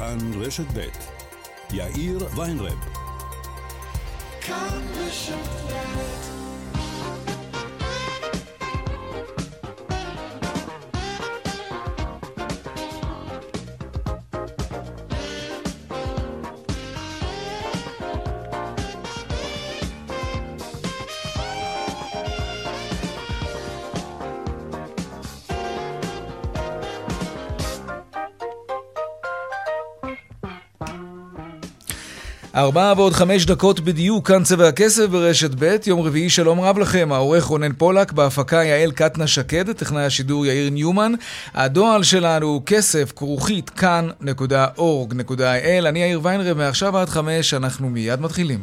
כאן רשת ב' יאיר ויינרב. כאן רשת ב'. ארבע ועוד 5 דקות בדיוק, כאן צבע הכסף ברשת ב', יום רביעי, שלום רב לכם, העורך רונן פולק, בהפקה יעל קטנה שקד, טכנאי השידור יאיר ניומן, הדואל שלנו כסף כרוכית כאן.org.il, אני יאיר ויינרב, מעכשיו עד 5, אנחנו מיד מתחילים.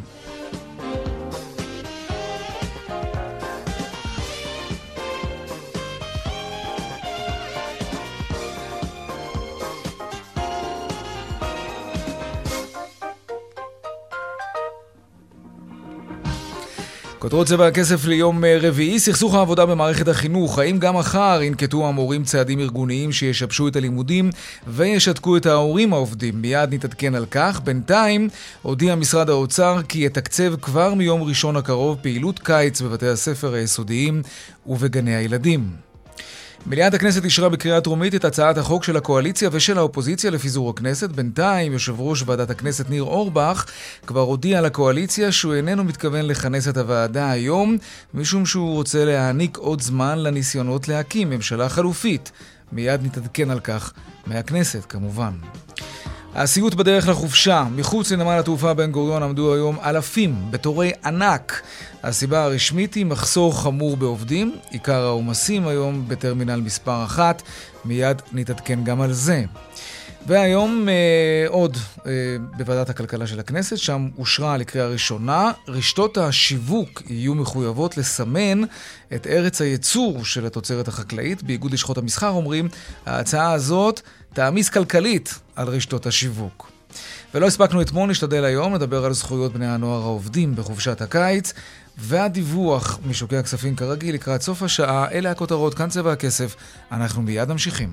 כותרות צבע הכסף ליום רביעי, סכסוך העבודה במערכת החינוך. האם גם מחר ינקטו המורים צעדים ארגוניים שישבשו את הלימודים וישתקו את ההורים העובדים? מיד נתעדכן על כך. בינתיים הודיע משרד האוצר כי יתקצב כבר מיום ראשון הקרוב פעילות קיץ בבתי הספר היסודיים ובגני הילדים. מליאת הכנסת אישרה בקריאה טרומית את הצעת החוק של הקואליציה ושל האופוזיציה לפיזור הכנסת. בינתיים יושב ראש ועדת הכנסת ניר אורבך כבר הודיע לקואליציה שהוא איננו מתכוון לכנס את הוועדה היום, משום שהוא רוצה להעניק עוד זמן לניסיונות להקים ממשלה חלופית. מיד נתעדכן על כך מהכנסת כמובן. הסיוט בדרך לחופשה. מחוץ לנמל התעופה בן גוריון עמדו היום אלפים בתורי ענק. הסיבה הרשמית היא מחסור חמור בעובדים, עיקר העומסים היום בטרמינל מספר 1, מיד נתעדכן גם על זה. והיום עוד בוועדת הכלכלה של הכנסת, שם אושרה לקריאה ראשונה, רשתות השיווק יהיו מחויבות לסמן את ארץ הייצור של התוצרת החקלאית. באיגוד לשכות המסחר אומרים, ההצעה הזאת תעמיס כלכלית על רשתות השיווק. ולא הספקנו אתמול, נשתדל היום לדבר על זכויות בני הנוער העובדים בחופשת הקיץ, והדיווח משוקי הכספים כרגיל לקראת סוף השעה. אלה הכותרות, כאן צבע הכסף, אנחנו מיד ממשיכים.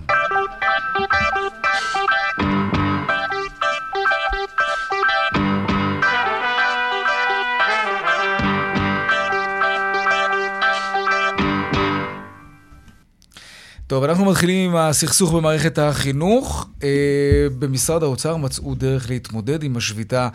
טוב, אנחנו מתחילים עם הסכסוך במערכת החינוך. במשרד האוצר מצאו דרך להתמודד עם השביתה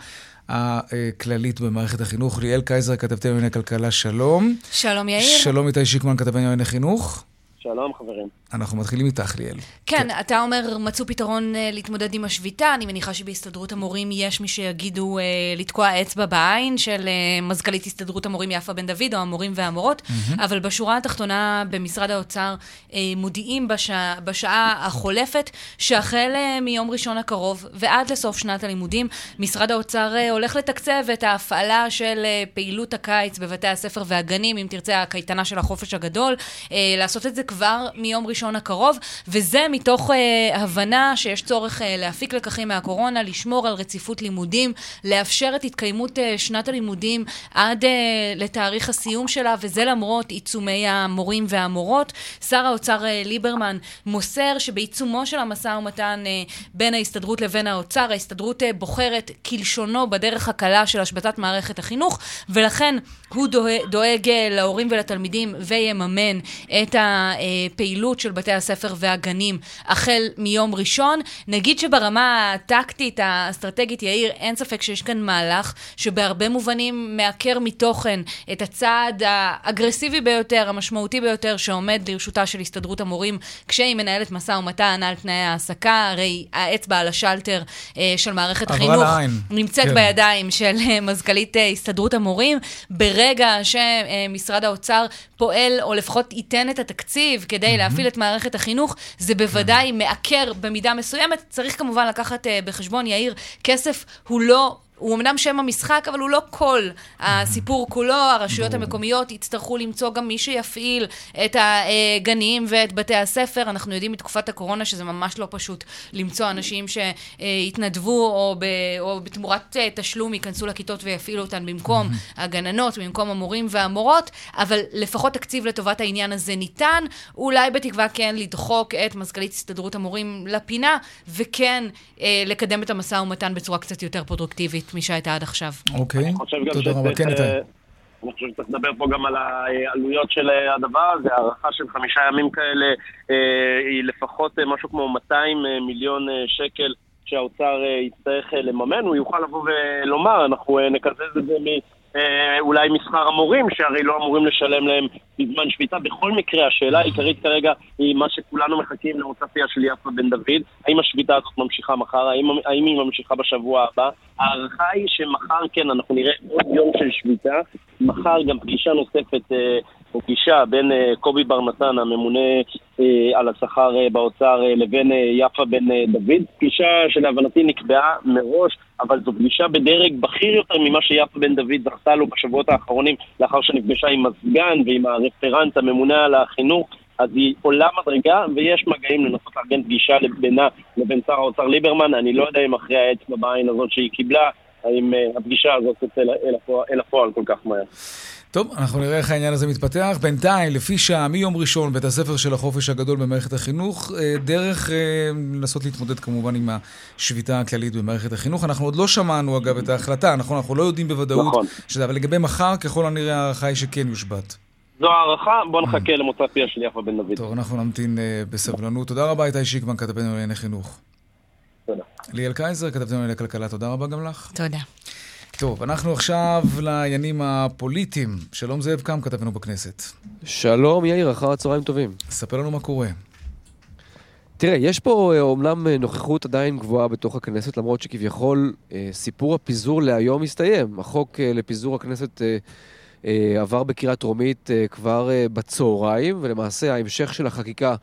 הכללית במערכת החינוך. ליאל קייזר, כתבתי לענייני כלכלה, שלום. שלום יאיר. שלום איתי שיקמן, כתבתי לענייני חינוך. שלום חברים. אנחנו מתחילים איתך, ליאל. כן, אתה אומר מצאו פתרון להתמודד עם השביתה. אני מניחה שבהסתדרות המורים יש מי שיגידו לתקוע אצבע בעין של מזכ"לית הסתדרות המורים יפה בן דוד, או המורים והמורות, אבל בשורה התחתונה במשרד האוצר מודיעים בשעה החולפת שהחל מיום ראשון הקרוב ועד לסוף שנת הלימודים, משרד האוצר הולך לתקצב את ההפעלה של פעילות הקיץ בבתי הספר והגנים, אם תרצה הקייטנה של החופש הגדול, לעשות את זה כבר מיום ראשון הקרוב, וזה מתוך הבנה שיש צורך להפיק לקחים מהקורונה, לשמור על רציפות לימודים, לאפשר את התקיימות שנת הלימודים עד לתאריך הסיום שלה, וזה למרות עיצומי המורים והמורות. שר האוצר ליברמן מוסר שבעיצומו של המשא ומתן בין ההסתדרות לבין האוצר, ההסתדרות בוחרת כלשונו בדרך הקלה של השבתת מערכת החינוך, ולכן הוא דואג להורים ולתלמידים ויממן את הפעילות של בתי הספר והגנים החל מיום ראשון. נגיד שברמה הטקטית, האסטרטגית, יאיר, אין ספק שיש כאן מהלך שבהרבה מובנים מעקר מתוכן את הצעד האגרסיבי ביותר, המשמעותי ביותר שעומד לרשותה של הסתדרות המורים כשהיא מנהלת משא ומתן על תנאי העסקה. הרי האצבע על השלטר של מערכת החינוך נמצאת בידיים של מזכ"לית הסתדרות המורים. ברגע שמשרד האוצר פועל או לפחות ייתן את התקציב כדי להפעיל את מערכת החינוך, זה בוודאי מעקר במידה מסוימת. צריך כמובן לקחת בחשבון, יאיר, כסף הוא לא הוא אמנם שם המשחק, אבל הוא לא כל הסיפור כולו. הרשויות המקומיות יצטרכו למצוא גם מי שיפעיל את הגנים ואת בתי הספר. אנחנו יודעים מתקופת הקורונה שזה ממש לא פשוט למצוא אנשים שיתנדבו או בתמורת תשלום ייכנסו לכיתות ויפעילו אותן במקום הגננות, במקום המורים והמורות, אבל לפחות תקציב לטובת העניין הזה ניתן. אולי בתקווה כן לדחוק את מזכ"לית הסתדרות המורים לפינה, וכן לקדם את המשא ומתן בצורה קצת יותר פרודוקטיבית מי שהייתה עד עכשיו. אוקיי, תודה רבה. כן, איתי. אני חושב שצריך לדבר פה גם על העלויות של הדבר הזה. הערכה של 5 ימים כאלה היא לפחות משהו כמו 200 מיליון שקל שהאוצר יצטרך לממן. הוא יוכל לבוא ולומר, אנחנו נקזז את זה אולי משכר המורים, שהרי לא אמורים לשלם להם בזמן שביתה. בכל מקרה, השאלה העיקרית כרגע היא מה שכולנו מחכים למוצאפיה של יפה בן דוד. האם השביתה הזאת ממשיכה מחר? האם היא ממשיכה בשבוע הבא? הערכה היא שמחר כן, אנחנו נראה עוד יום של שביתה. מחר גם פגישה נוספת, או פגישה בין קובי בר נתן, הממונה על השכר באוצר, לבין יפה בן דוד. פגישה שלהבנתי נקבעה מראש, אבל זו פגישה בדרג בכיר יותר ממה שיפה בן דוד זכתה לו בשבועות האחרונים, לאחר שנפגשה עם הסגן ועם הרפרנט הממונה על החינוך. אז היא עולה מדרגה, ויש מגעים לנסות לארגן פגישה בינה לבין שר האוצר ליברמן. אני לא יודע אם אחרי האצבע בעין הזאת שהיא קיבלה, האם הפגישה הזאת תצא אל הפועל כל כך מהר. טוב, אנחנו נראה איך העניין הזה מתפתח. בינתיים, לפי שעה, מיום ראשון, בית הספר של החופש הגדול במערכת החינוך, דרך לנסות להתמודד כמובן עם השביתה הכללית במערכת החינוך. אנחנו עוד לא שמענו, אגב, את ההחלטה. אנחנו לא יודעים בוודאות שזה, אבל לגבי מחר, ככל הנראה הערכה היא שכן יושבת. זו הערכה, בוא נחכה למוצא פיה של יפה בן דוד. טוב, אנחנו נמתין בסבלנות. תודה רבה, איתי שיקמן, כתבנו לענייני חינוך. תודה. ליאל קייזר, כתבנו לענייני כלכלה. תודה רבה גם לך. תודה. טוב, אנחנו עכשיו לעניינים הפוליטיים. שלום זאב קם, כתבנו בכנסת. שלום יאיר, אחר הצהריים טובים. ספר לנו מה קורה. תראה, יש פה אומנם נוכחות עדיין גבוהה בתוך הכנסת, למרות שכביכול סיפור הפיזור להיום הסתיים. החוק לפיזור הכנסת עבר בקריאה טרומית כבר בצהריים, ולמעשה ההמשך של החקיקה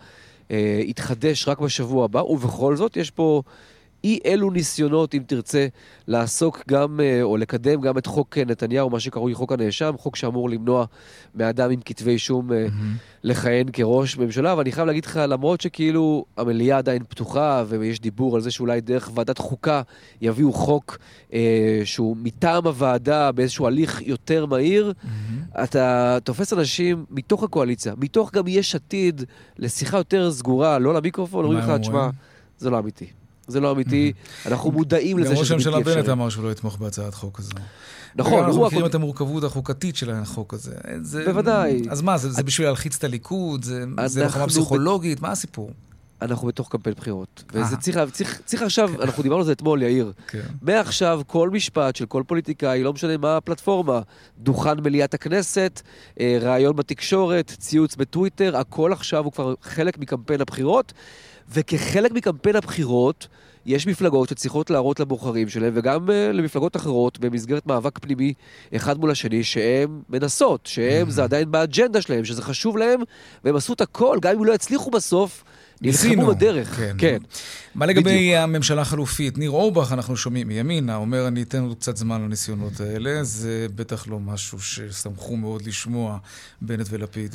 התחדש רק בשבוע הבא, ובכל זאת יש פה אי אלו ניסיונות, אם תרצה, לעסוק גם, או לקדם גם את חוק נתניהו, מה שקרוי חוק הנאשם, חוק שאמור למנוע מאדם עם כתבי אישום לכהן כראש ממשלה. אבל אני חייב להגיד לך, למרות שכאילו המליאה עדיין פתוחה, ויש דיבור על זה שאולי דרך ועדת חוקה יביאו חוק שהוא מטעם הוועדה באיזשהו הליך יותר מהיר, אתה תופס אנשים מתוך הקואליציה, מתוך גם יש עתיד, לשיחה יותר סגורה, לא למיקרופון, אומרים לך, תשמע, זה לא אמיתי. זה לא אמיתי, אנחנו מודעים לזה שזה בלתי אפשרי. גם ראש הממשלה בנט אמר שהוא לא יתמוך בהצעת חוק הזו. נכון. אנחנו מכירים את המורכבות החוקתית של החוק הזה. בוודאי. אז מה, זה בשביל להלחיץ את הליכוד? זה לחמה פסיכולוגית? מה הסיפור? אנחנו בתוך קמפיין בחירות. וזה צריך עכשיו, אנחנו דיברנו על זה אתמול, יאיר. מעכשיו כל משפט של כל פוליטיקאי, לא משנה מה הפלטפורמה, דוכן מליאת הכנסת, ראיון בתקשורת, ציוץ בטוויטר, הכל עכשיו הוא כבר חלק מקמפיין הבחירות. וכחלק מקמפיין הבחירות, יש מפלגות שצריכות להראות לבוחרים שלהם, וגם למפלגות אחרות, במסגרת מאבק פנימי אחד מול השני, שהן מנסות, שהם זה עדיין באג'נדה שלהם, שזה חשוב להם, והם עשו את הכל, גם אם לא יצליחו בסוף, נלחמו בדרך. כן. מה לגבי הממשלה החלופית? ניר אורבך, אנחנו שומעים מימינה, אומר, אני אתן לו קצת זמן לניסיונות האלה, זה בטח לא משהו ששמחו מאוד לשמוע בנט ולפיד.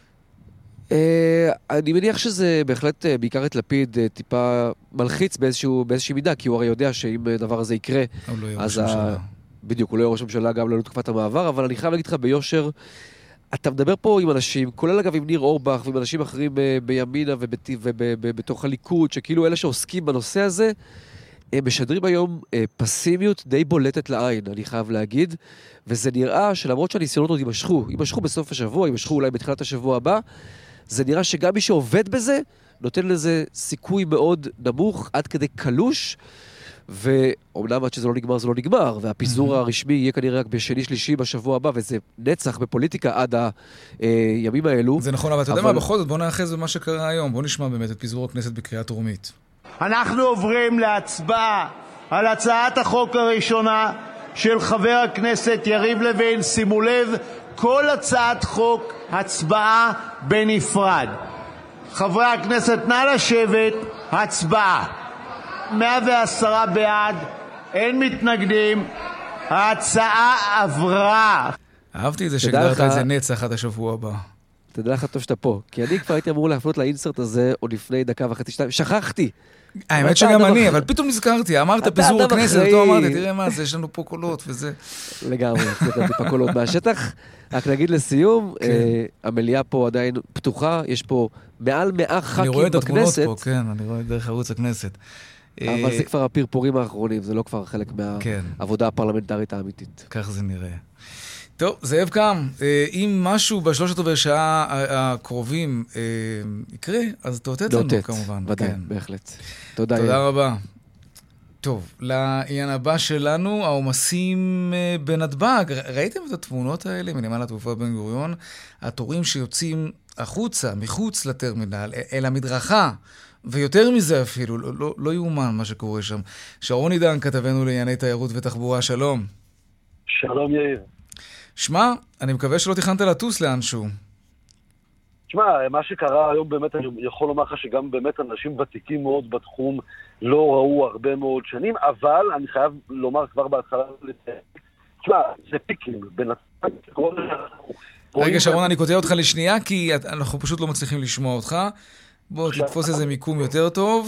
אני מניח שזה בהחלט בעיקר את לפיד טיפה מלחיץ באיזושהי מידה, כי הוא הרי יודע שאם דבר הזה יקרה, אז בדיוק, הוא לא יהיה ראש הממשלה גם לא לתקופת המעבר, אבל אני חייב להגיד לך ביושר, אתה מדבר פה עם אנשים, כולל אגב עם ניר אורבך ועם אנשים אחרים בימינה ובתוך הליכוד, שכאילו אלה שעוסקים בנושא הזה, הם משדרים היום פסימיות די בולטת לעין, אני חייב להגיד, וזה נראה שלמרות שהניסיונות עוד יימשכו בסוף השבוע, יימשכו אולי בתחילת השבוע הבא, זה נראה שגם מי שעובד בזה, נותן לזה סיכוי מאוד נמוך, עד כדי קלוש, ואומנם עד שזה לא נגמר, זה לא נגמר, והפיזור הרשמי יהיה כנראה רק בשני שלישי בשבוע הבא, וזה נצח בפוליטיקה עד הימים האלו. זה נכון, אבל אתה יודע מה, בכל זאת, בוא נאחז במה שקרה היום, בוא נשמע באמת את פיזור הכנסת בקריאה טרומית. אנחנו עוברים להצבעה על הצעת החוק הראשונה של חבר הכנסת יריב לוין. שימו לב, כל הצעת חוק הצבעה בנפרד. חברי הכנסת, נא לשבת. הצבעה. 110 בעד, אין מתנגדים, ההצעה עברה. אהבתי את זה שגדרת את זה נצח עד השבוע הבא. תדע לך טוב שאתה פה, כי אני כבר הייתי אמור להפנות לאינסרט הזה עוד לפני דקה וחצי, שתיים, שכחתי. האמת שגם אני, אבל פתאום נזכרתי, אמרת פיזור הכנסת, ואתה אמרתי, תראה מה זה, יש לנו פה קולות וזה. לגמרי, זה טיפה קולות מהשטח. רק נגיד לסיום, המליאה פה עדיין פתוחה, יש פה מעל 100 ח"כים בכנסת. אני רואה את התמונות פה, כן, אני רואה דרך ערוץ הכנסת. אבל זה כבר הפרפורים האחרונים, זה לא כבר חלק מהעבודה הפרלמנטרית האמיתית. כך זה נראה. טוב, זאב קם, אם משהו בשלושת רבעי שעה הקרובים יקרה, אז תאותת לנו כמובן. ודאי, בהחלט. תודה. תודה רבה. טוב, לעניין הבא שלנו, העומסים בנתב"ג. ראיתם את התמונות האלה מנמל התעופה בן גוריון? התורים שיוצאים החוצה, מחוץ לטרמינל, אל המדרכה, ויותר מזה אפילו, לא יאומן מה שקורה שם. שרון עידן, כתבנו לענייני תיירות ותחבורה, שלום. שלום יאיר. שמע, אני מקווה שלא תכנת לטוס לאנשהו. שמע, מה שקרה היום באמת, אני יכול לומר לך שגם באמת אנשים ותיקים מאוד בתחום לא ראו הרבה מאוד שנים, אבל אני חייב לומר כבר בהתחלה, שמע, זה פיקים. רגע שרון, אני קוטע אותך לשנייה, כי אנחנו פשוט לא מצליחים לשמוע אותך. בוא תתפוס איזה מיקום יותר טוב.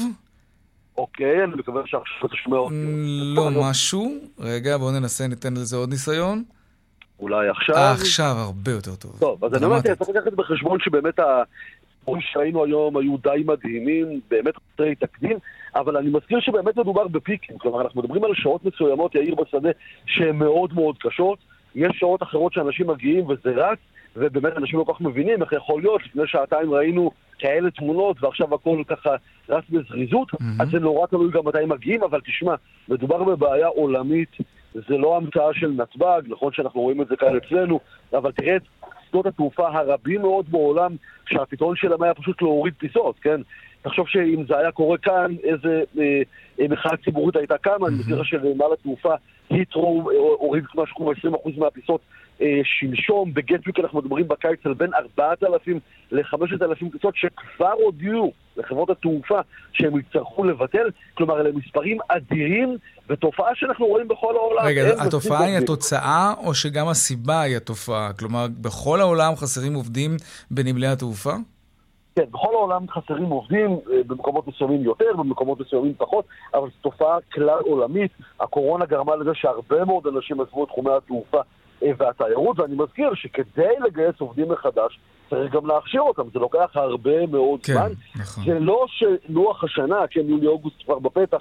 אוקיי, אני מקווה שעכשיו תשמע אותי. לא משהו. רגע, בואו ננסה, ניתן לזה עוד ניסיון. אולי עכשיו? עכשיו הרבה יותר טוב. טוב, אז אני אומר, צריך לקחת בחשבון שבאמת הדברים שהיינו היום היו די מדהימים, באמת חסרי תקדים, אבל אני מזכיר שבאמת מדובר בפיקים, כלומר אנחנו מדברים על שעות מסוימות, יאיר בשדה, שהן מאוד מאוד קשות, יש שעות אחרות שאנשים מגיעים וזה רץ, ובאמת אנשים לא כל כך מבינים איך יכול להיות, לפני שעתיים ראינו כאלה תמונות ועכשיו הכל ככה רץ בזריזות, אז זה נורא תלוי גם מתי מגיעים, אבל תשמע, מדובר בבעיה עולמית, זה לא המצאה של נתב"ג, נכון שאנחנו רואים את זה כאן אצלנו, אבל תראה את שדות התעופה הרבים מאוד בעולם, שהפתרון שלהם היה פשוט להוריד טיסות, כן? תחשוב שאם זה היה קורה כאן, איזה מחאה ציבורית הייתה קמה, אני מזכיר שלמעלה התעופה הית'רו הוריד משהו כמו 20% מהטיסות שלשום, בגטוויק אנחנו מדברים בקיץ על בין 4,000 ל-5,000 טיסות שכבר הודיעו לחברות התעופה שהם יצטרכו לבטל, כלומר אלה מספרים אדירים ותופעה שאנחנו רואים בכל העולם. רגע, התופעה היא התוצאה או שגם הסיבה היא התופעה? כלומר, בכל העולם חסרים עובדים בנמלי התעופה? כן, בכל העולם חסרים עובדים, במקומות מסוימים יותר, במקומות מסוימים פחות, אבל זו תופעה כלל עולמית. הקורונה גרמה לזה שהרבה מאוד אנשים עזבו את תחומי התעופה והתיירות, ואני מזכיר שכדי לגייס עובדים מחדש, צריך גם להכשיר אותם, זה לוקח הרבה מאוד זמן. נכון. זה לא שלוח השנה, כן, יולי-אוגוסט כבר בפתח,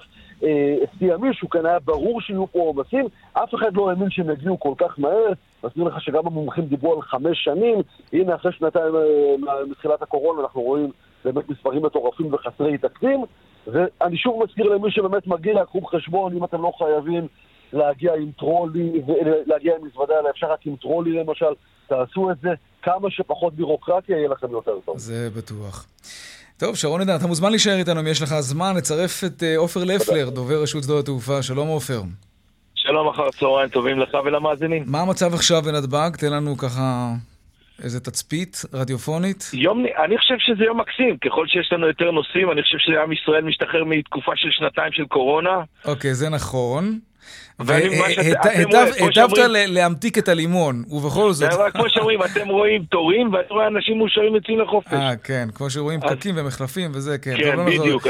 הפתיע מישהו, כן, היה ברור שיהיו פה עומסים, אף אחד לא האמין שהם יגיעו כל כך מהר, מסביר לך שגם המומחים דיברו על 5 שנים, הנה אחרי שנתיים מתחילת הקורונה אנחנו רואים באמת מספרים מטורפים וחסרי תקדים, ואני שוב מזכיר למי שבאמת מגיע, קחו בחשבון, אם אתם לא חייבים להגיע עם טרולי, להגיע עם מזוודה, אלא אפשר רק עם טרולי למשל, תעשו את זה, כמה שפחות בירוקרטיה יהיה לכם יותר טוב. זה בטוח. טוב, שרון עידן, אתה מוזמן להישאר איתנו, אם יש לך זמן, נצרף את עופר לפלר, דובר רשות שדות התעופה. שלום עופר. שלום, אחר צהריים טובים לך ולמאזינים. מה המצב עכשיו בנתב"ג? תן לנו ככה איזה תצפית רדיופונית. אני חושב שזה יום מקסים, ככל שיש לנו יותר נושאים, אני חושב שעם ישראל משתחרר מתקופה של 2 של קורונה. אוקיי, זה נכון. והיטבת להמתיק את הלימון, ובכל זאת... כמו שאומרים, אתם רואים תורים, ואתם רואים אנשים מאושרים יוצאים לחופש. כן, כמו שרואים פקקים ומחלפים וזה, כן. כן, בדיוק.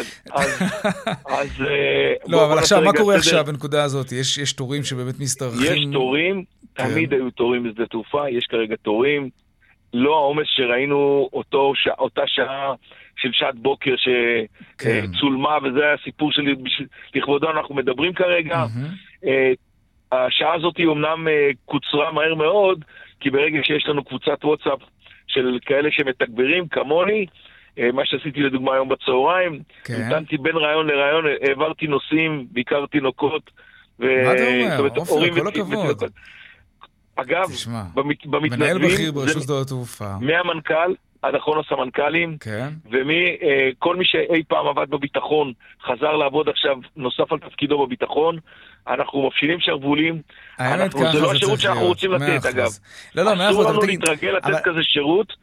לא, אבל עכשיו, מה קורה עכשיו בנקודה הזאת? יש תורים שבאמת מסתרחים? יש תורים, תמיד היו תורים בשדה תעופה, יש כרגע תורים. לא העומס שראינו אותה שעה של שעת בוקר שצולמה, וזה היה הסיפור שלי, לכבודו אנחנו מדברים כרגע. השעה הזאת היא אומנם קוצרה מהר מאוד, כי ברגע שיש לנו קבוצת וואטסאפ של כאלה שמתגברים כמוני, מה שעשיתי לדוגמה היום בצהריים, נתנתי בין רעיון לרעיון, העברתי נושאים, ביקרתי נוקות. מה אתה אומר? עופר, כל הכבוד. אגב, במתנדבים, מנהל בכיר ברשות שדות התעופה, מהמנכ"ל עד אחרון הסמנכ"לים, וכל מי שאי פעם עבד בביטחון חזר לעבוד עכשיו נוסף על תפקידו בביטחון. אנחנו מפשילים שרוולים, זה לא השירות שאנחנו רוצים לתת, אגב. אסור לנו להתרגל לתת כזה שירות,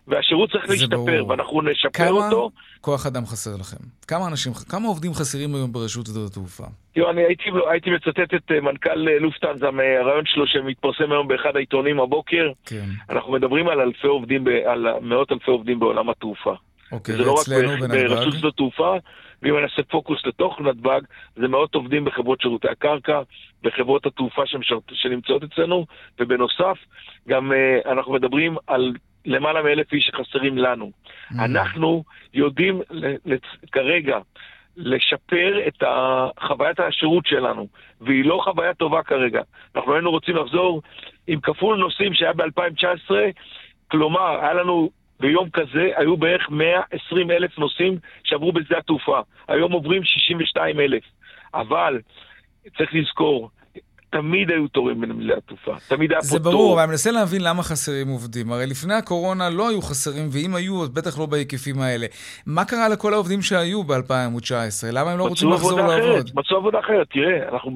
והשירות צריך להשתפר, ואנחנו נשפר אותו. כמה כוח אדם חסר לכם? כמה עובדים חסרים היום ברשות שדות התעופה? אני הייתי מצטט את מנכ"ל לופטהנזה מהרעיון שלו שמתפרסם היום באחד העיתונים הבוקר. כן. אנחנו מדברים על מאות אלפי עובדים בעולם התעופה. אוקיי, זה לא רק בנתב"ג? ברשות שדות התעופה, ואם אני אעשה פוקוס לתוך נתב"ג, זה מאות עובדים בחברות שירותי הקרקע, בחברות התעופה שנמצאות אצלנו, ובנוסף, גם אנחנו מדברים על למעלה מ1,000 איש שחסרים לנו. אנחנו יודעים כרגע לשפר את חוויית השירות שלנו, והיא לא חוויה טובה כרגע. אנחנו היינו רוצים לחזור עם כפול נוסעים שהיה ב-2019, כלומר, היה לנו ביום כזה, היו בערך 120,000 נוסעים שעברו בשדה התעופה. היום עוברים 62,000. אבל צריך לזכור, תמיד היו תורים בנמלי התעופה. תמיד היה פה תור. זה ברור, אבל אני מנסה להבין למה חסרים עובדים. הרי לפני הקורונה לא היו חסרים, ואם היו, אז בטח לא בהיקפים האלה. מה קרה לכל העובדים שהיו ב-2019? למה הם לא רוצים לחזור לעבוד? מצאו עבודה אחרת. תראה, אנחנו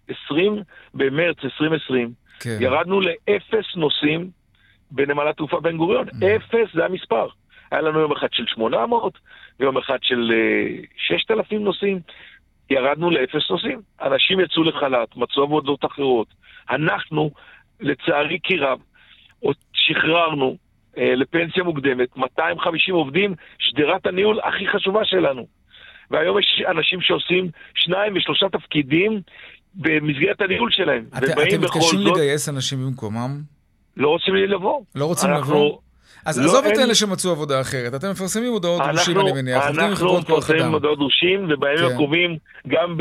במרץ 2020, כן. ירדנו לאפס נוסעים בנמל התעופה בן גוריון. אפס זה המספר. היה לנו יום אחד של 800, ויום אחד של 6,000 נוסעים. ירדנו לאפס נוסעים. אנשים יצאו לחל"ת, מצאו עבודות אחרות. אנחנו, לצערי כי רב, שחררנו לפנסיה מוקדמת 250 עובדים, שדרת הניהול הכי חשובה שלנו. והיום יש אנשים שעושים 2 ו3 תפקידים במסגרת הניהול שלהם. אתם מתקשים לגייס אנשים במקומם? לא רוצים לבוא. לא רוצים לבוא? אז עזוב את אלה שמצאו עבודה אחרת. אתם מפרסמים הודעות דרושים, אני מניח. אנחנו מפרסמים הודעות דרושים, ובימים הקרובים גם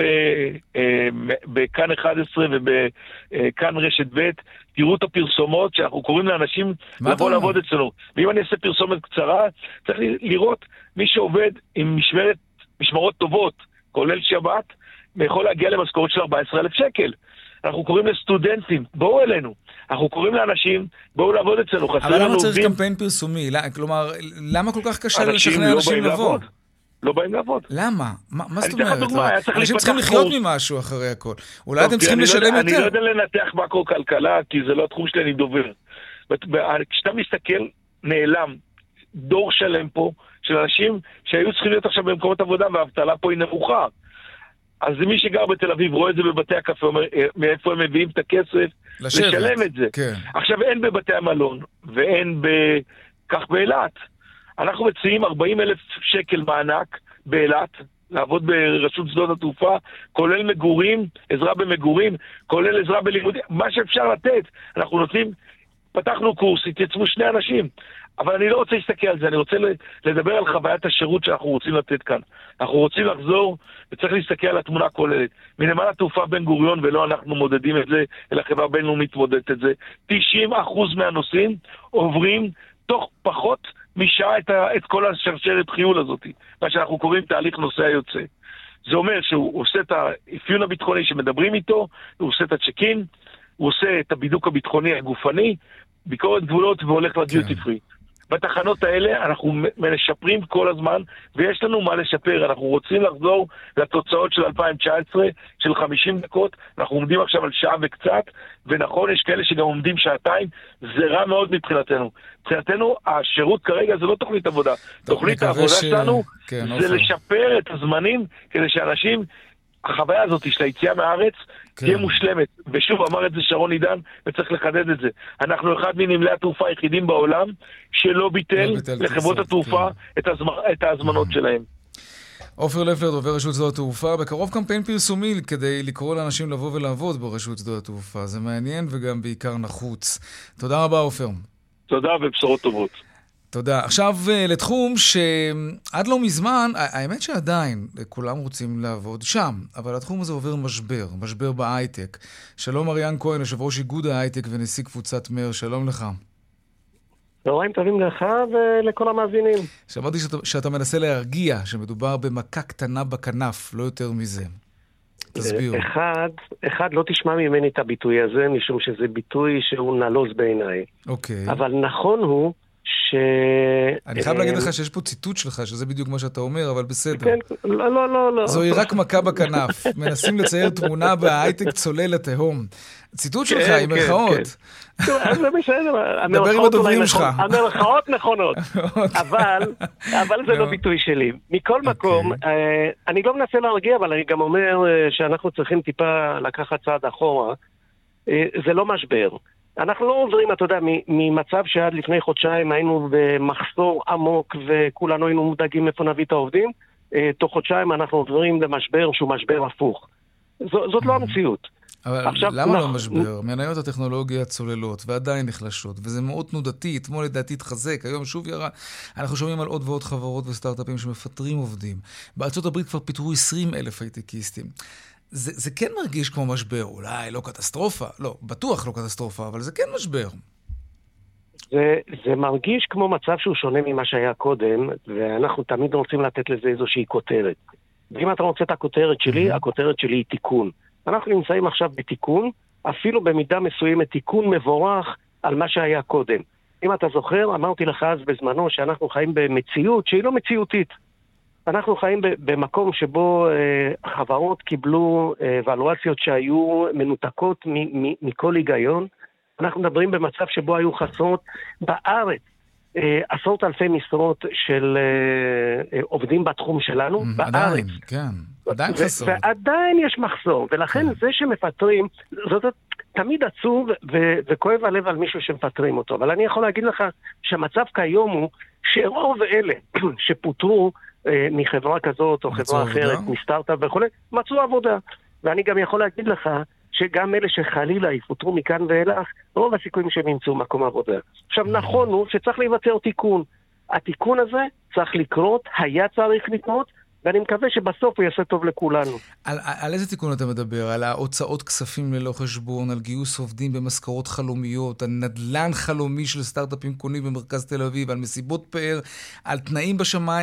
בכאן 11 ובכאן רשת ב' תראו את הפרסומות שאנחנו קוראים לאנשים לבוא לעבוד אצלנו. ואם אני אעשה פרסומת קצרה, צריך לראות מי שעובד עם משמרות טובות, כולל שבת, יכול להגיע למשכורת של 14,000 שקל. אנחנו קוראים לסטודנטים, בואו אלינו. אנחנו קוראים לאנשים, בואו לעבוד אצלנו. אבל למה צריך קמפיין פרסומי? כלומר, למה כל כך קשה לשכנע אנשים לבוא? לא באים לעבוד. למה? מה זאת אומרת? אנשים צריכים לחיות ממשהו אחרי הכל. אולי אתם צריכים לשלם יותר. אני לא יודע לנתח מקרו-כלכלה, כי זה לא התחום שלי, אני דובר. כשאתה מסתכל, נעלם דור שלם פה, של אנשים שהיו צריכים להיות עכשיו במקומות עבודה, והאבטלה פה היא נמוכה. אז מי שגר בתל אביב רואה את זה בבתי הקפה, אומר מאיפה הם מביאים את הכסף, לשלם את זה. כן. עכשיו אין בבתי המלון, ואין כך באילת. אנחנו מציעים 40,000 שקל מענק באילת, לעבוד ברשות שדות התעופה, כולל מגורים, עזרה במגורים, כולל עזרה בלימודים, מה שאפשר לתת. אנחנו נותנים, פתחנו קורס, התייצבו 2 אנשים, אבל אני לא רוצה להסתכל על זה, אני רוצה לדבר על חוויית השירות שאנחנו רוצים לתת כאן. אנחנו רוצים לחזור, וצריך להסתכל על התמונה הכוללת. מנמל התעופה בן גוריון, ולא אנחנו מודדים את זה, אלא חברה בינלאומית מודדת את זה, 90% מהנוסעים עוברים תוך פחות משעה את כל השרשרת חיול הזאת, מה שאנחנו קוראים תהליך נוסע יוצא. זה אומר שהוא עושה את האפיון הביטחוני שמדברים איתו, הוא עושה את הצ'קין, הוא עושה את הבידוק הביטחוני הגופני, ביקורת גבולות והולך לדיוטי פרי. בתחנות האלה אנחנו משפרים כל הזמן, ויש לנו מה לשפר. אנחנו רוצים לחזור לתוצאות של 2019, של 50 דקות, אנחנו עומדים עכשיו על שעה וקצת, ונכון, יש כאלה שגם עומדים 2 שעתיים, זה רע מאוד מבחינתנו. מבחינתנו, השירות כרגע זה לא תוכנית עבודה. תוכנית העבודה שלנו זה לשפר את הזמנים, כדי שאנשים, החוויה הזאת של היציאה מהארץ, תהיה מושלמת. ושוב, אמר את זה שרון עידן, וצריך לחדד את זה. אנחנו אחד מנמלי התעופה היחידים בעולם, שלא ביטל לחברות התעופה את ההזמנות שלהם. עופר לפלר, דובר רשות שדות התעופה, בקרוב קמפיין פרסומי כדי לקרוא לאנשים לבוא ולעבוד ברשות שדות התעופה. זה מעניין וגם בעיקר נחוץ. תודה רבה, עופר. תודה ובשורות טובות. תודה. עכשיו לתחום שעד לא מזמן, האמת שעדיין כולם רוצים לעבוד שם, אבל התחום הזה עובר משבר בהייטק. שלום אריאן כהן, יושב ראש איגוד ההייטק ונשיא קבוצת מר, שלום לך. צהריים טובים לך ולכל המאזינים. שמעתי שאתה מנסה להרגיע, שמדובר במכה קטנה בכנף, לא יותר מזה. תסביר. אחד, לא תשמע ממני את הביטוי הזה, משום שזה ביטוי שהוא נלוז בעיניי. אוקיי. אבל נכון הוא אני חייב להגיד לך שיש פה ציטוט שלך, שזה בדיוק מה שאתה אומר, אבל בסדר. כן, לא. זוהי רק מכה בכנף. מנסים לצייר תמונה בהייטק צולל לתהום. ציטוט שלך עם מרכאות. זה בסדר. דבר עם הדוברים שלך. המרכאות נכונות. אבל זה לא ביטוי שלי. מכל מקום, אני לא מנסה להרגיע, אבל אני גם אומר שאנחנו צריכים טיפה לקחת צעד אחורה. זה לא משבר. אנחנו לא עוברים, אתה יודע, ממצב שעד לפני חודשיים היינו במחסור עמוק וכולנו היינו מודאגים איפה נביא את העובדים, תוך חודשיים אנחנו עוברים למשבר שהוא משבר הפוך. זאת לא המציאות. אבל למה לא משבר? מניות הטכנולוגיה צוללות ועדיין נחלשות, וזה מאוד תנודתי, אתמול לדעתי התחזק, היום שוב ירה. אנחנו שומעים על עוד ועוד חברות וסטארט-אפים שמפטרים עובדים. בארצות הברית כבר פיטרו 20,000 הייטקיסטים. זה כן מרגיש כמו משבר, אולי לא קטסטרופה, לא, בטוח לא קטסטרופה, אבל זה כן משבר. זה מרגיש כמו מצב שהוא שונה ממה שהיה קודם, ואנחנו תמיד רוצים לתת לזה איזושהי כותרת. ואם אתה רוצה את הכותרת שלי, הכותרת שלי היא תיקון. אנחנו נמצאים עכשיו בתיקון, אפילו במידה מסוימת תיקון מבורך על מה שהיה קודם. אם אתה זוכר, אמרתי לך אז בזמנו שאנחנו חיים במציאות שהיא לא מציאותית. אנחנו חיים במקום שבו חברות קיבלו ואלואציות שהיו מנותקות מכל היגיון. אנחנו מדברים במצב שבו היו חסרות בארץ עשרות אלפי משרות של עובדים בתחום שלנו, בארץ. עדיין, כן. עדיין חסרות. ועדיין יש מחסור, ולכן זה שמפטרים, זאת תמיד עצוב וכואב הלב על מישהו שמפטרים אותו. אבל אני יכול להגיד לך שהמצב כיום הוא שרוב אלה שפוטרו מחברה כזאת או חברה אחרת, מסטארט-אפ וכו', מצאו עבודה. ואני גם יכול להגיד לך שגם אלה שחלילה יפוטרו מכאן ואילך, רוב הסיכויים שהם ימצאו מקום עבודה. עכשיו נכון הוא שצריך להיווצר תיקון. התיקון הזה צריך לקרות, היה צריך לקרות, ואני מקווה שבסוף הוא יעשה טוב לכולנו. על איזה תיקון אתה מדבר? על ההוצאות כספים ללא חשבון, על גיוס עובדים במשכורות חלומיות, על נדלן חלומי של סטארט-אפים קונים במרכז תל אביב, על מסיבות פאר, על תנאים בשמיים.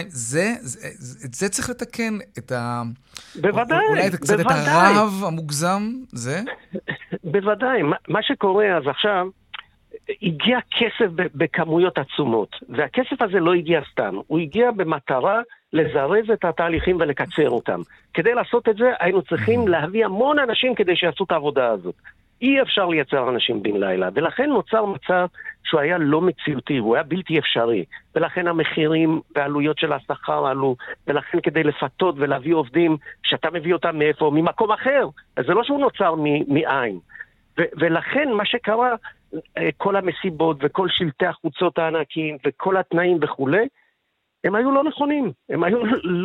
זה צריך לתקן את בוודאי, אולי קצת את הרעב המוגזם, זה? בוודאי. מה שקורה אז עכשיו, הגיע כסף בכמויות עצומות, והכסף הזה לא הגיע סתם, הוא הגיע במטרה לזרז את התהליכים ולקצר אותם. כדי לעשות את זה, היינו צריכים להביא המון אנשים כדי שיעשו את העבודה הזאת. אי אפשר לייצר אנשים בן לילה, ולכן נוצר מצב שהוא היה לא מציאותי, הוא היה בלתי אפשרי, ולכן המחירים והעלויות של השכר עלו, ולכן כדי לפתות ולהביא עובדים, שאתה מביא אותם מאיפה? ממקום אחר. אז זה לא שהוא נוצר מאין. ולכן מה שקרה, כל המסיבות וכל שלטי החוצות הענקים וכל התנאים וכו', הם היו לא נכונים, הם היו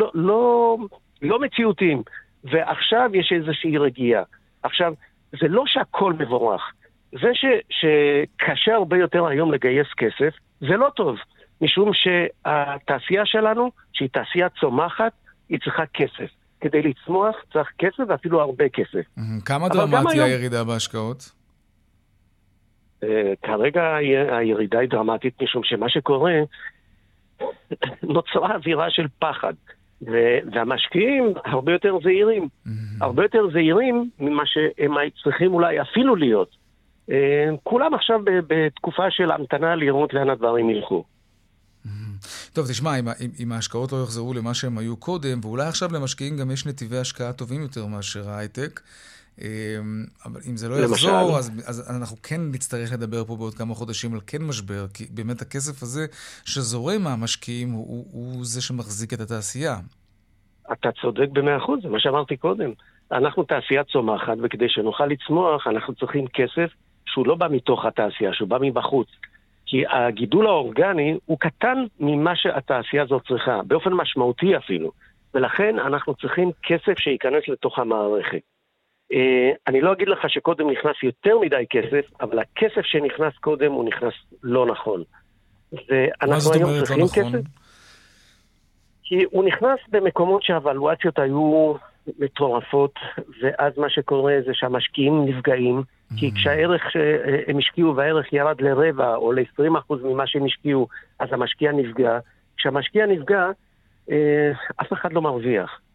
לא מציאותיים, ועכשיו יש איזושהי רגיעה. עכשיו, זה לא שהכל מבורך, זה שקשה הרבה יותר היום לגייס כסף, זה לא טוב, משום שהתעשייה שלנו, שהיא תעשייה צומחת, היא צריכה כסף. כדי לצמוח צריך כסף ואפילו הרבה כסף. כמה דרמטי הירידה בהשקעות? כרגע הירידה היא דרמטית, משום שמה שקורה, נוצרה אווירה של פחד, והמשקיעים הרבה יותר זהירים, הרבה יותר זהירים ממה שהם צריכים אולי אפילו להיות. כולם עכשיו בתקופה של המתנה לראות לאן הדברים ילכו. טוב, תשמע, אם ההשקעות לא יחזרו למה שהם היו קודם, ואולי עכשיו למשקיעים גם יש נתיבי השקעה טובים יותר מאשר ההייטק, אבל אם זה לא יחזור, אז אנחנו כן נצטרך לדבר פה בעוד כמה חודשים על כן משבר, כי באמת הכסף הזה שזורם מהמשקיעים הוא זה שמחזיק את התעשייה. אתה צודק ב100%, זה מה שאמרתי קודם. אנחנו תעשייה צומחת, וכדי שנוכל לצמוח, אנחנו צריכים כסף שהוא לא בא מתוך התעשייה, שהוא בא מבחוץ. כי הגידול האורגני הוא קטן ממה שהתעשייה הזאת צריכה, באופן משמעותי אפילו. ולכן אנחנו צריכים כסף שייכנס לתוך המערכת. אני לא אגיד לך שקודם נכנס יותר מדי כסף, אבל הכסף שנכנס קודם הוא נכנס לא נכון. מה זאת אומרת לא נכון? כסף, כי הוא נכנס במקומות שהאבלואציות היו מטורפות, ואז מה שקורה זה שהמשקיעים נפגעים, כי כשהערך שהם השקיעו והערך ירד לרבע או ל20% ממה שהם השקיעו, אז המשקיע נפגע. כשהמשקיע נפגע, אף אחד לא מרוויח.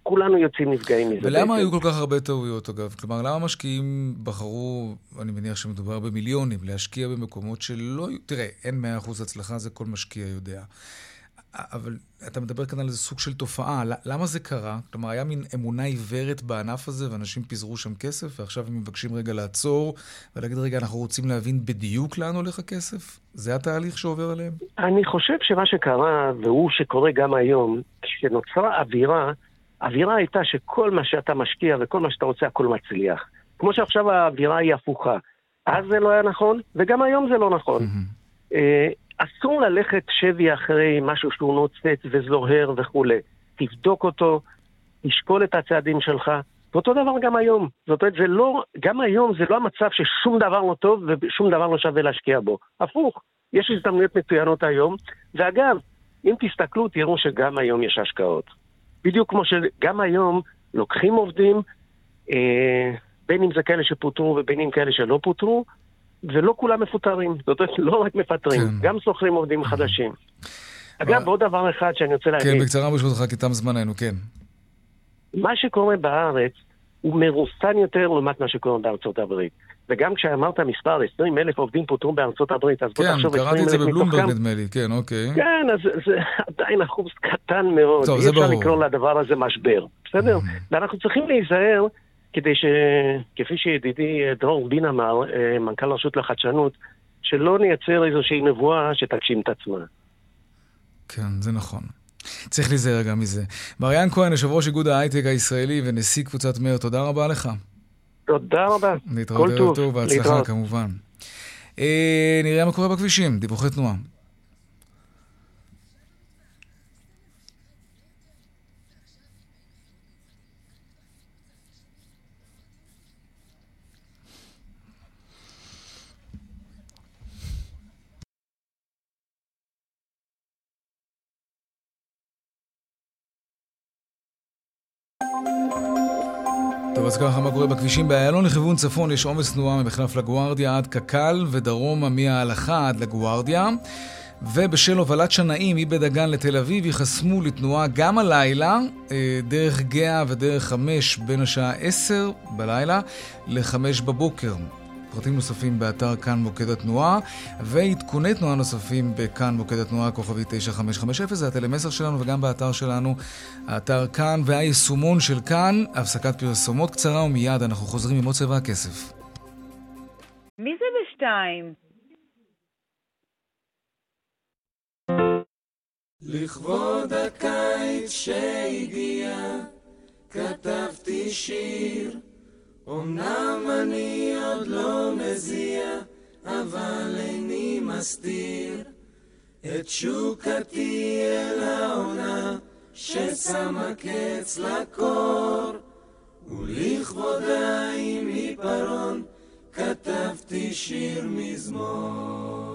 כולנו יוצאים נפגעים מזה. ולמה היו כל כך הרבה טעויות, אגב? כלומר, למה משקיעים בחרו, אני מניח שמדובר במיליונים, להשקיע במקומות שלא... תראה, אין 100% הצלחה, זה כל משקיע יודע. אבל אתה מדבר כאן על איזה סוג של תופעה. למה זה קרה? כלומר, היה מין אמונה עיוורת בענף הזה, ואנשים פיזרו שם כסף, ועכשיו הם מבקשים רגע לעצור, ולהגיד, רגע, אנחנו רוצים להבין בדיוק לאן הולך הכסף? זה התהליך שעובר עליהם? אני חושב שמה שקרה, והוא שקורה גם היום, כשנוצרה האווירה הייתה שכל מה שאתה משקיע וכל מה שאתה רוצה, הכל מצליח. כמו שעכשיו האווירה היא הפוכה. אז זה לא היה נכון, וגם היום זה לא נכון. אסור ללכת שבי אחרי משהו שהוא נוצץ וזוהר וכו'. תבדוק אותו, תשקול את הצעדים שלך. ואותו דבר גם היום. זאת אומרת, גם היום זה לא המצב ששום דבר לא טוב ושום דבר לא שווה להשקיע בו. הפוך, יש הזדמנויות מצוינות היום. ואגב, אם תסתכלו, תראו שגם היום יש השקעות. בדיוק כמו שגם היום לוקחים עובדים, בין אם זה כאלה שפוטרו ובין אם כאלה שלא פוטרו, ולא כולם מפוטרים. זאת אומרת, לא רק מפטרים, גם סוחרים עובדים חדשים. אגב, עוד דבר אחד שאני רוצה להגיד. כן, בקצרה ברשותך, כי תם זמננו, כן. מה שקורה בארץ הוא מרוסן יותר לעומת מה שקורה בארצות הברית. וגם כשאמרת מספר 20,000 עובדים פוטרו בארצות הברית, אז בוא תחשוב 20,000 מתוכם. כן, קראתי את זה בבלומברג נדמה לי, כן, אוקיי. כן, אז זה עדיין אחוז קטן מאוד. טוב, זה ברור. אי אפשר לקרוא לדבר הזה משבר. בסדר? ואנחנו צריכים להיזהר כדי כפי שידידי דרור בין אמר, מנכ"ל רשות לחדשנות, שלא נייצר איזושהי נבואה שתגשים את עצמה. כן, זה נכון. צריך להיזהר גם מזה. מריאן כהן, יושב ראש איגוד ההייטק הישראלי ונשיא קבוצת מאיר, תודה רבה לך. תודה רבה. להתראות ערב טוב והצלחה כמובן. נראה מה קורה בכבישים, דיווחי תנועה. טוב, אז ככה מה קורה בכבישים באיילון לכיוון צפון יש עומס תנועה ממחלף לגוארדיה עד קקל ודרומה מההלכה עד לגוארדיה, ובשל הובלת שנאים מבית דגן לתל אביב יחסמו לתנועה גם הלילה דרך גאה ודרך 5 בין השעה 10 בלילה ל-5 בבוקר. פרטים נוספים באתר כאן מוקד התנועה, ועדכוני תנועה נוספים בכאן מוקד התנועה כוכבי 9550, זה הטלמסר שלנו וגם באתר שלנו, האתר כאן והיישומון של כאן. הפסקת פרסומות קצרה ומיד אנחנו חוזרים עם עוד צבע הכסף. מי זה בשתיים? לכבוד הקיץ שהגיע כתבתי שיר, אמנם אני עוד לא מזיע, אבל איני מסתיר את שוקתי אל העונה ששמה קץ לקור, ולכבודה עם עיפרון כתבתי שיר מזמור.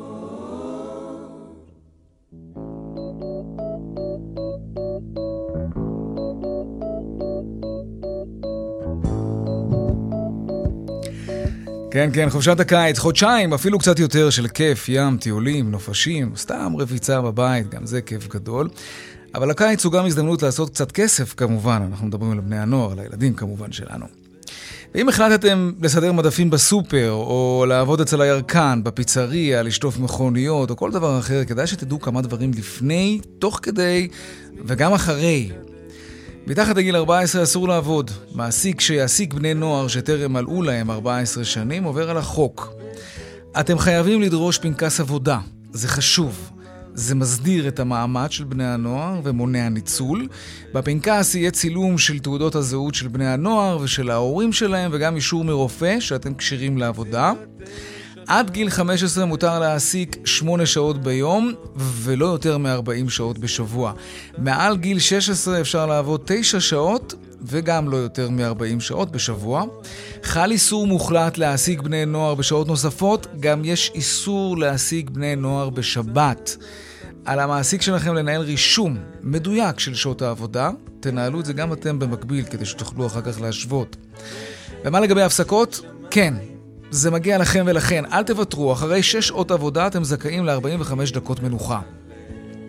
כן, כן, חופשת הקיץ, חודשיים, אפילו קצת יותר של כיף, ים, טיולים, נופשים, סתם רביצה בבית, גם זה כיף גדול. אבל הקיץ הוא גם הזדמנות לעשות קצת כסף, כמובן, אנחנו מדברים על בני הנוער, על הילדים כמובן שלנו. ואם החלטתם לסדר מדפים בסופר, או לעבוד אצל הירקן, בפיצריה, לשטוף מכוניות, או כל דבר אחר, כדאי שתדעו כמה דברים לפני, תוך כדי, וגם אחרי. מתחת לגיל 14 אסור לעבוד. מעסיק שיעסיק בני נוער שטרם מלאו להם 14 שנים עובר על החוק. אתם חייבים לדרוש פנקס עבודה. זה חשוב. זה מסדיר את המעמד של בני הנוער ומונע ניצול. בפנקס יהיה צילום של תעודות הזהות של בני הנוער ושל ההורים שלהם וגם אישור מרופא שאתם קשירים לעבודה. עד גיל 15 מותר להעסיק 8 שעות ביום ולא יותר מ-40 שעות בשבוע. מעל גיל 16 אפשר לעבוד 9 שעות וגם לא יותר מ-40 שעות בשבוע. חל איסור מוחלט להעסיק בני נוער בשעות נוספות, גם יש איסור להעסיק בני נוער בשבת. על המעסיק שלכם לנהל רישום מדויק של שעות העבודה, תנהלו את זה גם אתם במקביל כדי שתוכלו אחר כך להשוות. ומה לגבי הפסקות? כן. זה מגיע לכם ולכן, אל תוותרו, אחרי 6 שעות עבודה אתם זכאים ל-45 דקות מנוחה.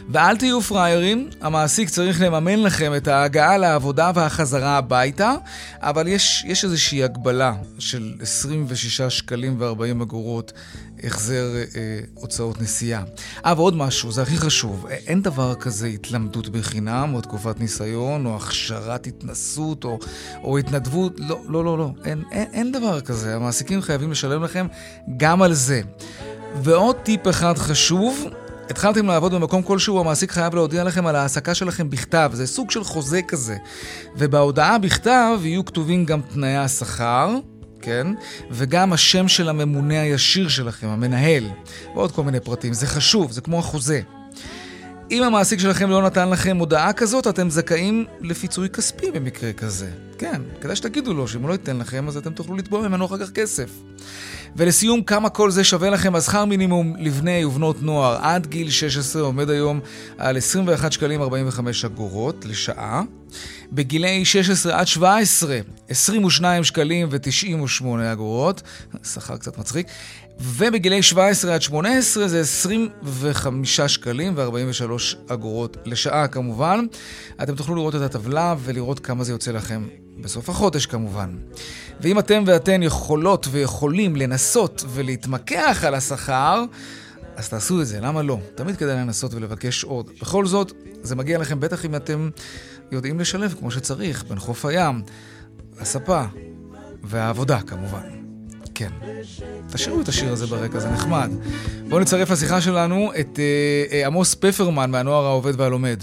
ואל תהיו פריירים, המעסיק צריך לממן לכם את ההגעה לעבודה והחזרה הביתה, אבל יש איזושהי הגבלה של 26 שקלים ו40 אגורות החזר הוצאות נסיעה. ועוד משהו, זה הכי חשוב, אין דבר כזה התלמדות בחינם, או תקופת ניסיון, או הכשרת התנסות, או התנדבות, לא, אין דבר כזה, המעסיקים חייבים לשלם לכם גם על זה. ועוד טיפ אחד חשוב, התחלתם לעבוד במקום כלשהו, המעסיק חייב להודיע לכם על ההעסקה שלכם בכתב, זה סוג של חוזה כזה. ובהודעה בכתב יהיו כתובים גם תנאי השכר, כן? וגם השם של הממונה הישיר שלכם, המנהל, ועוד כל מיני פרטים. זה חשוב, זה כמו החוזה. אם המעסיק שלכם לא נתן לכם הודעה כזאת, אתם זכאים לפיצוי כספי במקרה כזה. כן, כדאי שתגידו לו שאם הוא לא ייתן לכם, אז אתם תוכלו לתבוע ממנו אחר כך כסף. ולסיום, כמה כל זה שווה לכם? השכר מינימום לבני ובנות נוער עד גיל 16 עומד היום על 21 שקלים 45 אגורות לשעה. בגילי 16 עד 17, 22 שקלים ו98 אגורות, שכר קצת מצחיק. ובגילי 17 עד 18 זה 25 שקלים ו43 אגורות לשעה כמובן. אתם תוכלו לראות את הטבלה ולראות כמה זה יוצא לכם בסוף החודש כמובן. ואם אתם ואתן יכולות ויכולים לנסות ולהתמקח על השכר, אז תעשו את זה, למה לא? תמיד כדאי לנסות ולבקש עוד. בכל זאת, זה מגיע לכם בטח אם אתם יודעים לשלב כמו שצריך בין חוף הים, הספה והעבודה כמובן. כן. תשאירו את השיר הזה ברקע, זה נחמד. בואו נצרף לשיחה שלנו את עמוס פפרמן מהנוער העובד והלומד.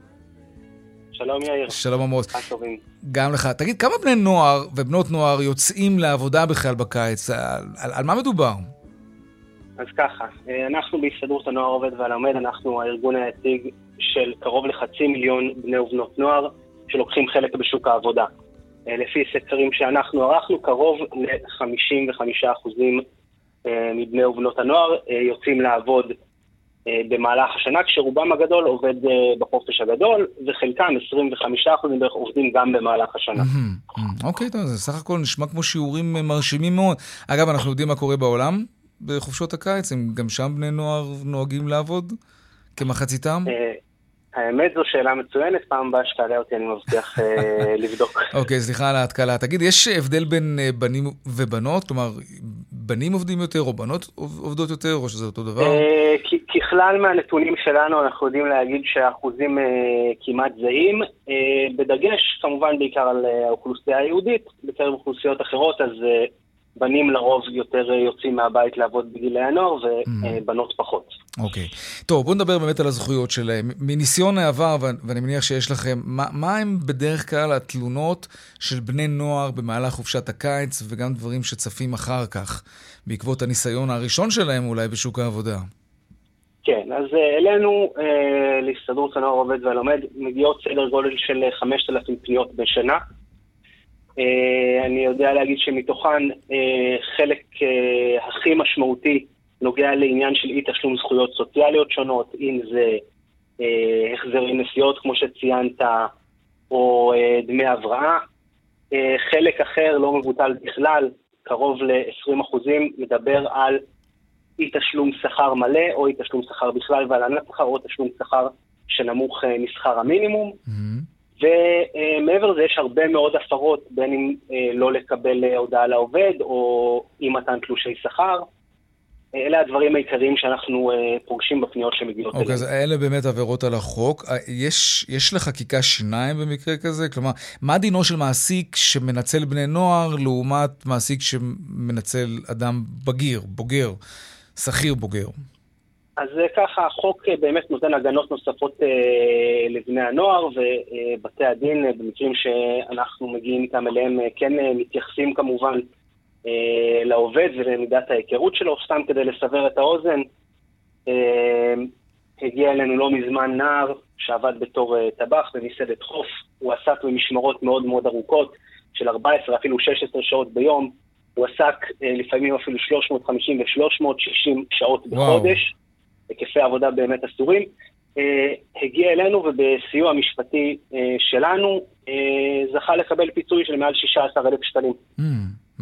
שלום יאיר. שלום עמוס. גם לך. תגיד, כמה בני נוער ובנות נוער יוצאים לעבודה בכלל בקיץ? על מה מדובר? אז ככה, אנחנו בהסתדרות הנוער העובד והלומד, אנחנו הארגון היציג של קרוב ל500,000 בני ובנות נוער שלוקחים חלק בשוק העבודה. לפי סקרים שאנחנו ערכנו, קרוב ל55% מבני ובנות הנוער יוצאים לעבוד במהלך השנה, כשרובם הגדול עובד בחופש הגדול, וחלקם 25% בערך עובדים גם במהלך השנה. אוקיי, טוב, זה סך הכל נשמע כמו שיעורים מרשימים מאוד. אגב, אנחנו יודעים מה קורה בעולם בחופשות הקיץ, אם גם שם בני נוער נוהגים לעבוד כמחציתם? האמת זו שאלה מצוינת, פעם הבאה שתעלה אותי אני מבטיח לבדוק. אוקיי, סליחה על ההתקלה. תגיד, יש הבדל בין בנים ובנות? כלומר, בנים עובדים יותר או בנות עובדות יותר, או שזה אותו דבר? ככלל מהנתונים שלנו אנחנו יודעים להגיד שהאחוזים כמעט זהים, בדגש כמובן בעיקר על האוכלוסייה היהודית, בקרב אוכלוסיות אחרות, אז בנים לרוב יותר יוצאים מהבית לעבוד בגילי הנוער, ובנות פחות. אוקיי. טוב, בואו נדבר באמת על הזכויות שלהם. מניסיון העבר, ואני מניח שיש לכם, מה הם בדרך כלל התלונות של בני נוער במהלך חופשת הקיץ, וגם דברים שצפים אחר כך, בעקבות הניסיון הראשון שלהם אולי בשוק העבודה? כן, אז אלינו, להסתדרות הנוער העובד והלומד, מגיעות סדר גודל של 5,000 פניות בשנה. אני יודע להגיד שמתוכן חלק הכי משמעותי נוגע לעניין של אי תשלום זכויות סוציאליות שונות, אם זה החזרי נסיעות כמו שציינת, או דמי הבראה. חלק אחר לא מבוטל בכלל, קרוב ל-20% מדבר על אי תשלום שכר מלא, או אי תשלום שכר בכלל והלנת שכר, או תשלום שכר שנמוך משכר המינימום. ומעבר לזה יש הרבה מאוד הפרות, בין אם לא לקבל הודעה לעובד, או אי מתן תלושי שכר. אלה הדברים העיקריים שאנחנו פוגשים בפניות שמגיעות אלינו. אוקיי, אז אלה באמת עבירות על החוק. יש לחקיקה שיניים במקרה כזה? כלומר, מה דינו של מעסיק שמנצל בני נוער, לעומת מעסיק שמנצל אדם בוגר, שכיר בוגר? אז ככה, החוק באמת נותן הגנות נוספות לבני הנוער, ובתי הדין, במקרים שאנחנו מגיעים איתם אליהם, כן מתייחסים כמובן לעובד ולמידת ההיכרות שלו. סתם כדי לסבר את האוזן, הגיע אלינו לא מזמן נער שעבד בתור טבח במסעדת חוף. הוא עסק במשמרות מאוד מאוד ארוכות של 14 אפילו 16 שעות ביום. הוא עסק לפעמים אפילו 350 ו-360 שעות בחודש. היקפי עבודה באמת אסורים. הגיע אלינו ובסיוע המשפטי שלנו זכה לקבל פיצוי של מעל 16,000 שקלים.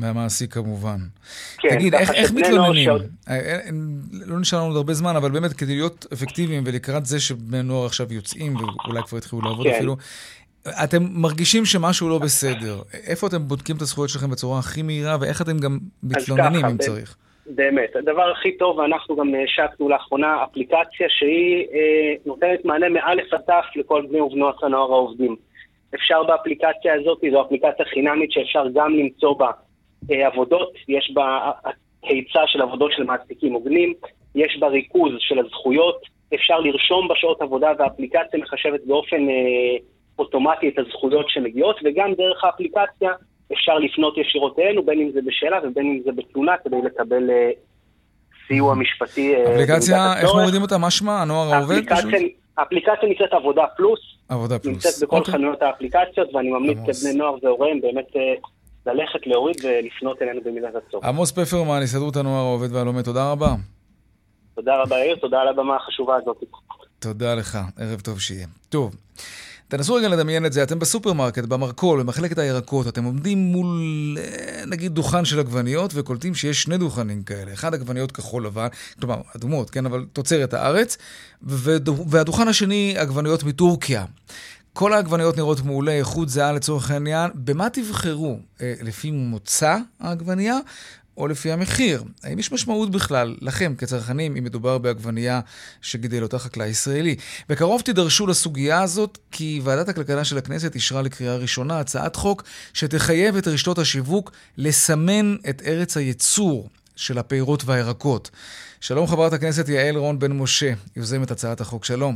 מהמעסיק כמובן. כן, תגיד, איך מתלוננים? לא נשאר לנו עוד הרבה זמן, אבל באמת כדי להיות אפקטיביים ולקראת זה שבני נוער עכשיו יוצאים, ואולי כבר התחילו לעבוד אפילו, אתם מרגישים שמשהו לא בסדר. איפה אתם בודקים את הזכויות שלכם בצורה הכי מהירה, ואיך אתם גם מתלוננים אם צריך? באמת, הדבר הכי טוב, ואנחנו גם השקנו לאחרונה אפליקציה שהיא נותנת מענה מאלף עד תף לכל בני ובנות הנוער העובדים. אפשר באפליקציה הזאת, זו אפליקציה חינמית שאפשר גם למצוא בה עבודות, יש בה היצע של עבודות של מעסיקים הוגנים, יש בה ריכוז של הזכויות, אפשר לרשום בשעות עבודה והאפליקציה מחשבת באופן אוטומטי את הזכויות שמגיעות, וגם דרך האפליקציה אפשר לפנות ישירות אלינו, בין אם זה בשאלה ובין אם זה בתלונה, כדי לקבל סיוע משפטי. אפליקציה, איך מורידים אותה? מה שמה? הנוער העובד? האפליקציה נקראת עבודה פלוס. עבודה פלוס. נמצאת בכל חנויות האפליקציות, ואני ממליץ לבני נוער והוריהם באמת ללכת להוריד ולפנות אלינו במידת הצורך. עמוס פפרמן, הסתדרות הנוער העובד והלומד, תודה רבה. תודה רבה, יאיר, תודה על הבמה החשובה הזאת. תודה לך, ערב טוב שיהיה. טוב. תנסו רגע לדמיין את זה, אתם בסופרמרקט, במרכול, במחלקת הירקות, אתם עומדים מול, נגיד, דוכן של עגבניות, וקולטים שיש שני דוכנים כאלה. אחד עגבניות כחול לבן, כלומר, אדומות, כן, אבל תוצרת הארץ, והדוכן השני, עגבניות מטורקיה. כל העגבניות נראות מעולה, איכות זהה לצורך העניין. במה תבחרו? לפי מוצא העגבנייה? או לפי המחיר. האם יש משמעות בכלל לכם כצרכנים אם מדובר בעגבנייה שגידל אותה חקלאי ישראלי? בקרוב תידרשו לסוגיה הזאת כי ועדת הכלכלה של הכנסת אישרה לקריאה ראשונה הצעת חוק שתחייב את רשתות השיווק לסמן את ארץ הייצור של הפירות והירקות. שלום חברת הכנסת יעל רון בן משה, יוזמת הצעת החוק. שלום.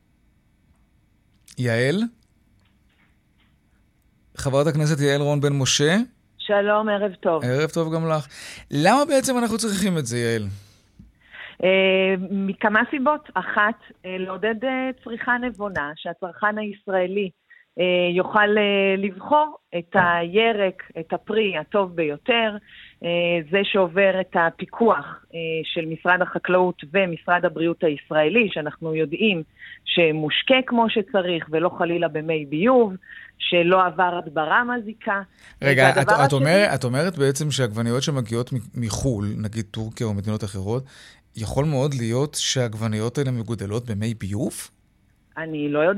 יעל? חברת הכנסת יעל רון בן משה? שלום, ערב טוב. ערב טוב גם לך. למה בעצם אנחנו צריכים את זה, יעל? מכמה סיבות. אחת, לעודד צריכה נבונה, שהצרכן הישראלי יוכל לבחור את הירק, את הפרי הטוב ביותר, זה שעובר את הפיקוח של משרד החקלאות ומשרד הבריאות הישראלי, שאנחנו יודעים שמושקה כמו שצריך ולא חלילה במי ביוב, שלא עבר הדברה מזיקה. רגע, את אומרת בעצם שהעגבניות שמגיעות מחול, נגיד טורקיה או מדינות אחרות, יכול מאוד להיות שהעגבניות האלה מגודלות במי ביוב? אני לא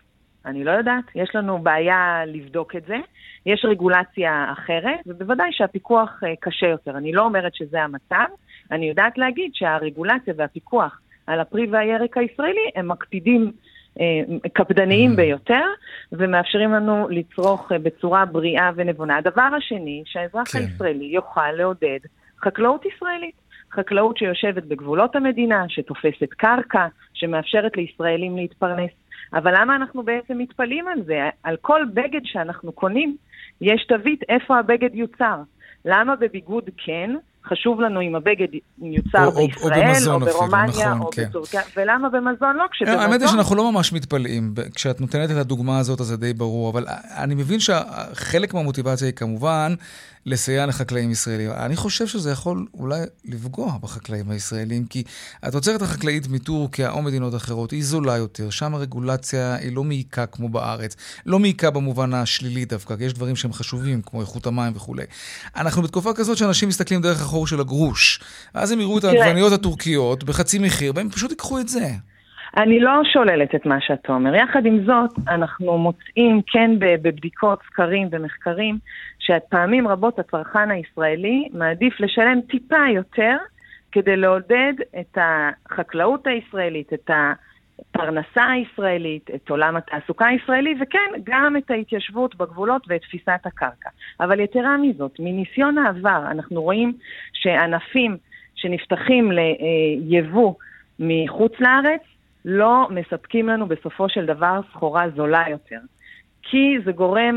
יודעת. יש לנו בעיה לבדוק את זה. יש רגולציה אחרת, ובוודאי שהפיקוח קשה יותר. אני לא אומרת שזה המצב. אני יודעת להגיד שהרגולציה והפיקוח על הפרי והירק הישראלי הם מקפידים קפדניים ביותר, ומאפשרים לנו לצרוך בצורה בריאה ונבונה. הדבר השני, שהאזרח הישראלי יוכל לעודד חקלאות ישראלית. חקלאות שיושבת בגבולות המדינה, שתופסת קרקע, שמאפשרת לישראלים להתפרנס. אבל למה אנחנו בעצם מתפלאים על זה? על כל בגד שאנחנו קונים, יש תווית איפה הבגד יוצר. למה בביגוד כן? חשוב לנו אם הבגד יוצר בישראל, או ברומניה, או בטורקיה, ולמה במזון לא? האמת היא שאנחנו לא ממש מתפלאים. כשאת נותנת את הדוגמה הזאת, אז זה די ברור, אבל אני מבין שחלק מהמוטיבציה היא כמובן לסייע לחקלאים ישראלים. אני חושב שזה יכול אולי לפגוע בחקלאים הישראלים, כי התוצרת החקלאית מטורקיה או מדינות אחרות היא זולה יותר, שם הרגולציה היא לא מעיקה כמו בארץ, לא מעיקה במובן השלילי דווקא, כי יש דברים שהם חשובים, כמו איכות המים וכו'. אנחנו בתקופה כזאת שאנשים מסתכלים דרך החור של הגרוש, אז הם יראו את העגבניות הטורקיות בחצי מחיר, והם פשוט יקחו את זה. אני לא שוללת את מה שאתה אומר. יחד עם זאת, אנחנו מוצאים כן בבדיקות, סקרים ומחקרים, שפעמים רבות הצרכן הישראלי מעדיף לשלם טיפה יותר, כדי לעודד את החקלאות הישראלית, את הפרנסה הישראלית, את עולם התעסוקה הישראלי, וכן, גם את ההתיישבות בגבולות ואת תפיסת הקרקע. אבל יתרה מזאת, מניסיון העבר, אנחנו רואים שענפים שנפתחים ליבוא מחוץ לארץ, לא מספקים לנו בסופו של דבר סחורה זולה יותר. כי זה גורם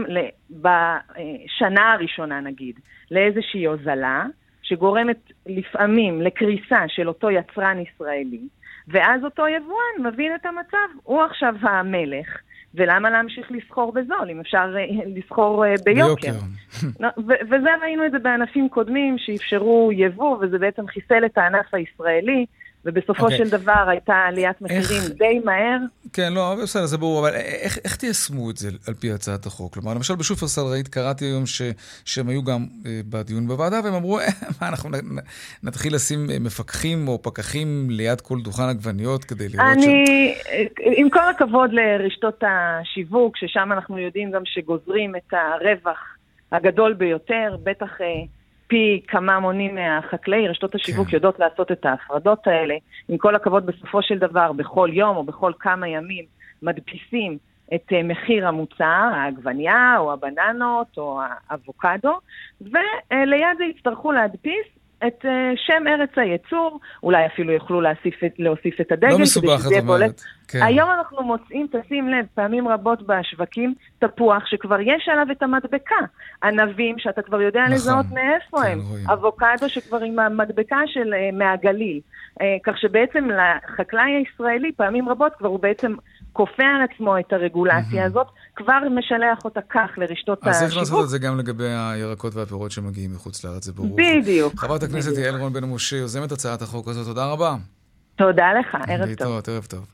בשנה הראשונה נגיד, לאיזושהי הוזלה, שגורמת לפעמים לקריסה של אותו יצרן ישראלי, ואז אותו יבואן מבין את המצב. הוא עכשיו המלך, ולמה להמשיך לסחור בזול, אם אפשר לסחור ביוקר. וזה ראינו את זה בענפים קודמים שאפשרו יבוא, וזה בעצם חיסל את הענף הישראלי, ובסופו של דבר הייתה עליית מחירים די מהר. כן, לא, בסדר, זה ברור, אבל איך תיישמו את זה על פי הצעת החוק? כלומר, למשל בשופרסל קראתי היום שהם היו גם בדיון בוועדה, והם אמרו, מה, אנחנו נתחיל לשים מפקחים או פקחים ליד כל דוכן עגבניות כדי לראות עם כל הכבוד לרשתות השיווק, ששם אנחנו יודעים גם שגוזרים את הרווח הגדול ביותר, בטח פי כמה מונים מהחקלאי, רשתות השיווק יודעות לעשות את ההפרדות האלה. עם כל הכבוד, בסופו של דבר, בכל יום או בכל כמה ימים, מדפיסים את מחיר המוצר, העגבניה או הבננות או האבוקדו, וליד זה יצטרכו להדפיס את שם ארץ הייצור, אולי אפילו יוכלו להוסיף את הדגל. לא מסובך, את אומרת. כן. היום אנחנו מוצאים, תשים לב, פעמים רבות בשווקים, תפוח שכבר יש עליו את המדבקה. ענבים שאתה כבר יודע לזהות מאיפה הם. אבוקדו שכבר עם המדבקה של מהגליל. כך שבעצם לחקלאי הישראלי, פעמים רבות כבר הוא בעצם כופה על עצמו את הרגולציה הזאת, כבר משלח אותה כך לרשתות השיווק. אז צריך לעשות את זה גם לגבי הירקות והפירות שמגיעים מחוץ לארץ, זה ברור. בדיוק. חברת הכנסת יעל רון בן משה, יוזמת הצעת החוק הזאת, תודה רבה. תודה לך, ערב טוב. ערב טוב.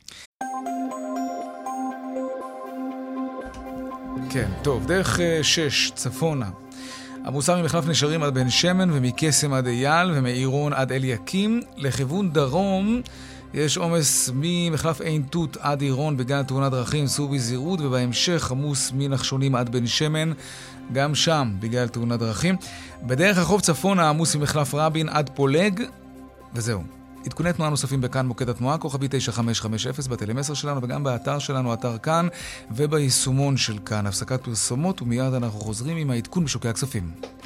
כן, טוב, דרך 6 צפונה. עמוסה ממחלף נשרים עד בן שמן ומקסם עד אייל ומעירון עד אליקים. לכיוון דרום יש עומס ממחלף עין תות עד עירון בגלל תאונת דרכים, סעו בזהירות, ובהמשך עמוס מנחשונים עד בן שמן, גם שם בגלל תאונת דרכים. בדרך החוף צפונה עמוס ממחלף רבין עד פולג, וזהו. עדכוני תנועה נוספים בכאן מוקד התנועה, כוכבי 9550 בטלמסר שלנו וגם באתר שלנו, אתר כאן, וביישומון של כאן. הפסקת פרסומות ומיד אנחנו חוזרים עם העדכון בשוקי הכספים.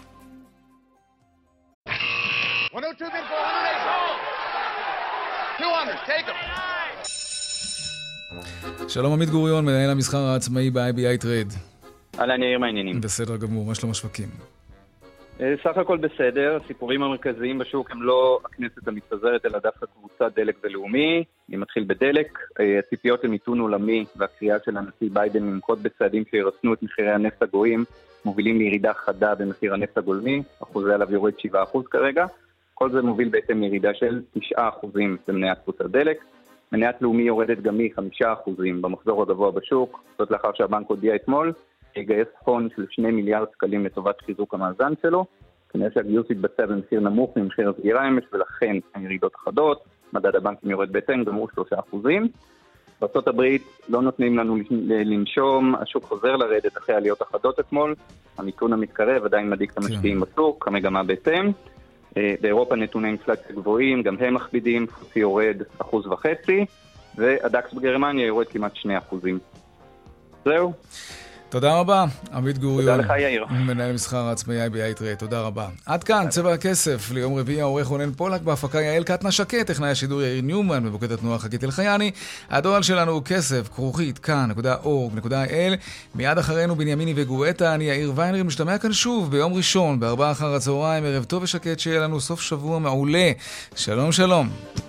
שלום עמית גוריון, מנהל המסחר העצמאי ב-IBI טרייד. אהלן, יאיר, מה העניינים? בסדר גמור, מה שלום השווקים? סך הכל בסדר, הסיפורים המרכזיים בשוק הם לא הכנסת המתפזרת, אלא דווקא קבוצת דלק ולאומי. אני מתחיל בדלק, הציפיות למיתון עולמי והקריאה של הנשיא ביידן לנקוט בצעדים שירסנו את מחירי הנפט הגויים, מובילים לירידה חדה במחיר הנפט הגולמי, אחוזי עליו יורד 7% כרגע. כל זה מוביל בעצם ירידה של 9% במניית קבוצת דלק. מניית לאומי יורדת גם מ5% במחזור הגבוה בשוק, זאת לאחר שהבנק הודיע אתמול, יגייס הון של 2 מיליארד שקלים לטובת חיזוק המאזן שלו, כנראה שהגיוס יתבצע במחיר נמוך ממחיר הסגירה אמש, ולכן הירידות החדות, מדד הבנקים יורד בהתאם, גם הוא 3%. בארצות הברית לא נותנים לנו לנשום, השוק חוזר לרדת אחרי העליות החדות אתמול, המיתון המתקרב עדיין מדאיג את המשקיעים בשוק, המגמה בהתאם. באירופה נתוני אינפלציה גבוהים, גם הם מכבידים, פוצי יורד 1.5%, והדקס בגרמניה יורד כמעט 2%. זהו. תודה רבה, עמית גוריון. תודה לך, יאיר. מנהל מסחר העצמאי IBI טרייד, תודה רבה. עד כאן, צבע הכסף, ליום רביעי העורך רונן פולק, בהפקה יעל קטנה שקט, טכנאי השידור יאיר ניומן, במוקד התנועה חגית אלחייני. הדואל שלנו הוא כסף@כאן.org.il. מיד אחרינו בנימיני וגואטה, אני יאיר ויינרי, משתמע כאן שוב ביום ראשון, ב16:00. ערב טוב ושקט, שיהיה לנו סוף שבוע מעולה. שלום שלום.